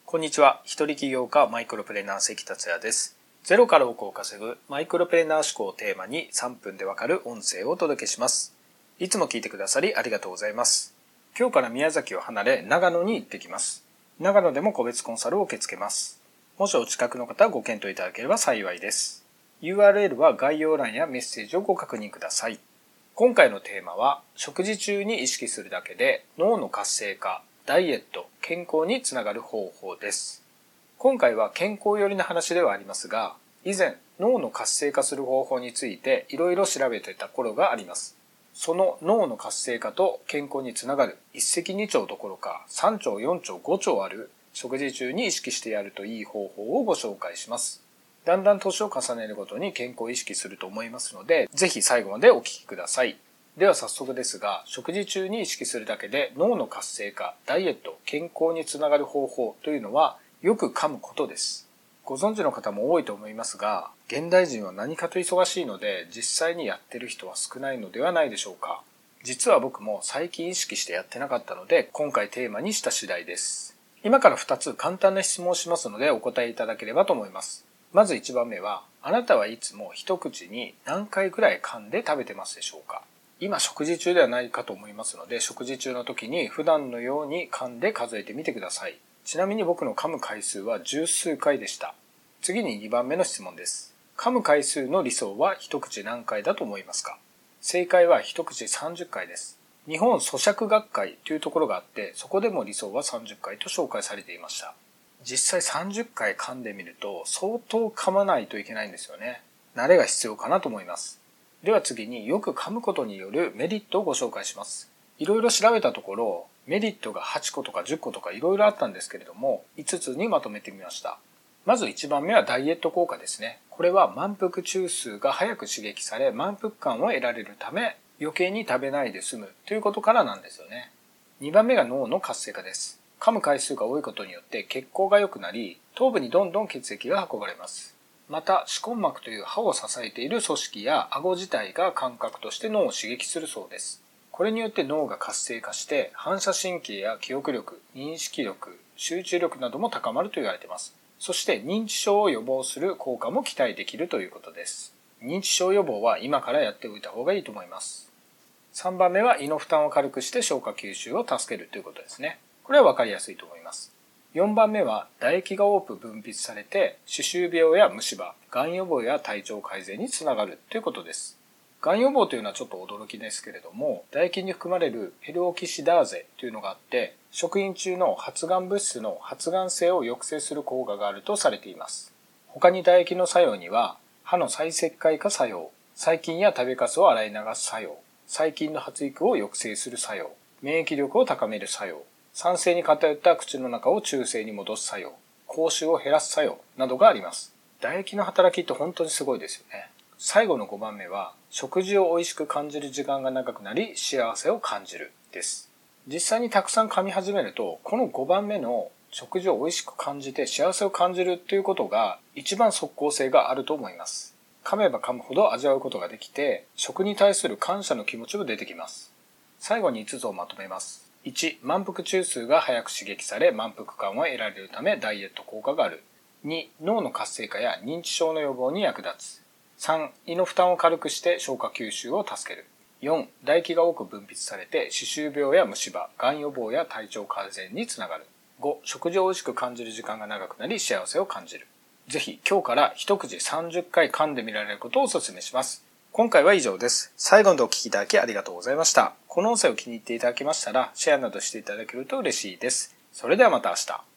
こんにちは。一人起業家マイクロプレーナー関達也です。ゼロから億を稼ぐマイクロプレーナー思考をテーマに3分でわかる音声をお届けします。いつも聞いてくださりありがとうございます。今日から宮崎を離れ長野に行ってきます。長野でも個別コンサルを受け付けます。もしお近くの方はご検討いただければ幸いです。URL は概要欄やメッセージをご確認ください。今回のテーマは食事中に意識するだけで脳の活性化、ダイエット、健康につながる方法です。今回は健康寄りの話ではありますが、以前脳の活性化する方法についていろいろ調べていた頃があります。その脳の活性化と健康につながる一石二鳥どころか3鳥4鳥5鳥ある食事中に意識してやるといい方法をご紹介します。だんだん年を重ねるごとに健康を意識すると思いますので、ぜひ最後までお聞きください。では早速ですが、食事中に意識するだけで脳の活性化、ダイエット、健康につながる方法というのはよく噛むことです。ご存知の方も多いと思いますが、現代人は何かと忙しいので実際にやってる人は少ないのではないでしょうか。実は僕も最近意識してやってなかったので、今回テーマにした次第です。今から2つ簡単な質問をしますのでお答えいただければと思います。まず1番目は、あなたはいつも一口に何回くらい噛んで食べてますでしょうか。今食事中ではないかと思いますので、食事中の時に普段のように噛んで数えてみてください。ちなみに僕の噛む回数は十数回でした。次に2番目の質問です。噛む回数の理想は一口何回だと思いますか。正解は一口30回です。日本咀嚼学会というところがあって、そこでも理想は30回と紹介されていました。実際30回噛んでみると相当噛まないといけないんですよね。慣れが必要かなと思います。では次によく噛むことによるメリットをご紹介します。いろいろ調べたところ、メリットが8個とか10個とかいろいろあったんですけれども、5つにまとめてみました。まず1番目はダイエット効果ですね。これは満腹中枢が早く刺激され満腹感を得られるため、余計に食べないで済むということからなんですよね。2番目が脳の活性化です。噛む回数が多いことによって血行が良くなり、頭部にどんどん血液が運ばれます。また、歯根膜という歯を支えている組織や顎自体が感覚として脳を刺激するそうです。これによって脳が活性化して反射神経や記憶力、認識力、集中力なども高まると言われています。そして認知症を予防する効果も期待できるということです。認知症予防は今からやっておいた方がいいと思います。3番目は胃の負担を軽くして消化吸収を助けるということですね。これは分かりやすいと思います。4番目は唾液が多く分泌されて歯周病や虫歯、がん予防や体調改善につながるということです。がん予防というのはちょっと驚きですけれども、唾液に含まれるペルオキシダーゼというのがあって、食品中の発がん物質の発がん性を抑制する効果があるとされています。他に唾液の作用には、歯の再石灰化作用、細菌や食べかすを洗い流す作用、細菌の発育を抑制する作用、免疫力を高める作用、酸性に偏った口の中を中性に戻す作用、口臭を減らす作用などがあります。唾液の働きって本当にすごいですよね。最後の5番目は、食事を美味しく感じる時間が長くなり幸せを感じるです。実際にたくさん噛み始めると、この5番目の食事を美味しく感じて幸せを感じるということが一番即効性があると思います。噛めば噛むほど味わうことができて、食に対する感謝の気持ちも出てきます。最後に5つをまとめます。1、満腹中枢が早く刺激され満腹感を得られるためダイエット効果がある。2、脳の活性化や認知症の予防に役立つ。3、胃の負担を軽くして消化吸収を助ける。4、唾液が多く分泌されて歯周病や虫歯、がん予防や体調改善につながる。5、食事を美味しく感じる時間が長くなり幸せを感じる。ぜひ今日から一口30回噛んでみられることをお勧めします。今回は以上です。最後までお聞きいただきありがとうございました。この音声を気に入っていただけましたら、シェアなどしていただけると嬉しいです。それではまた明日。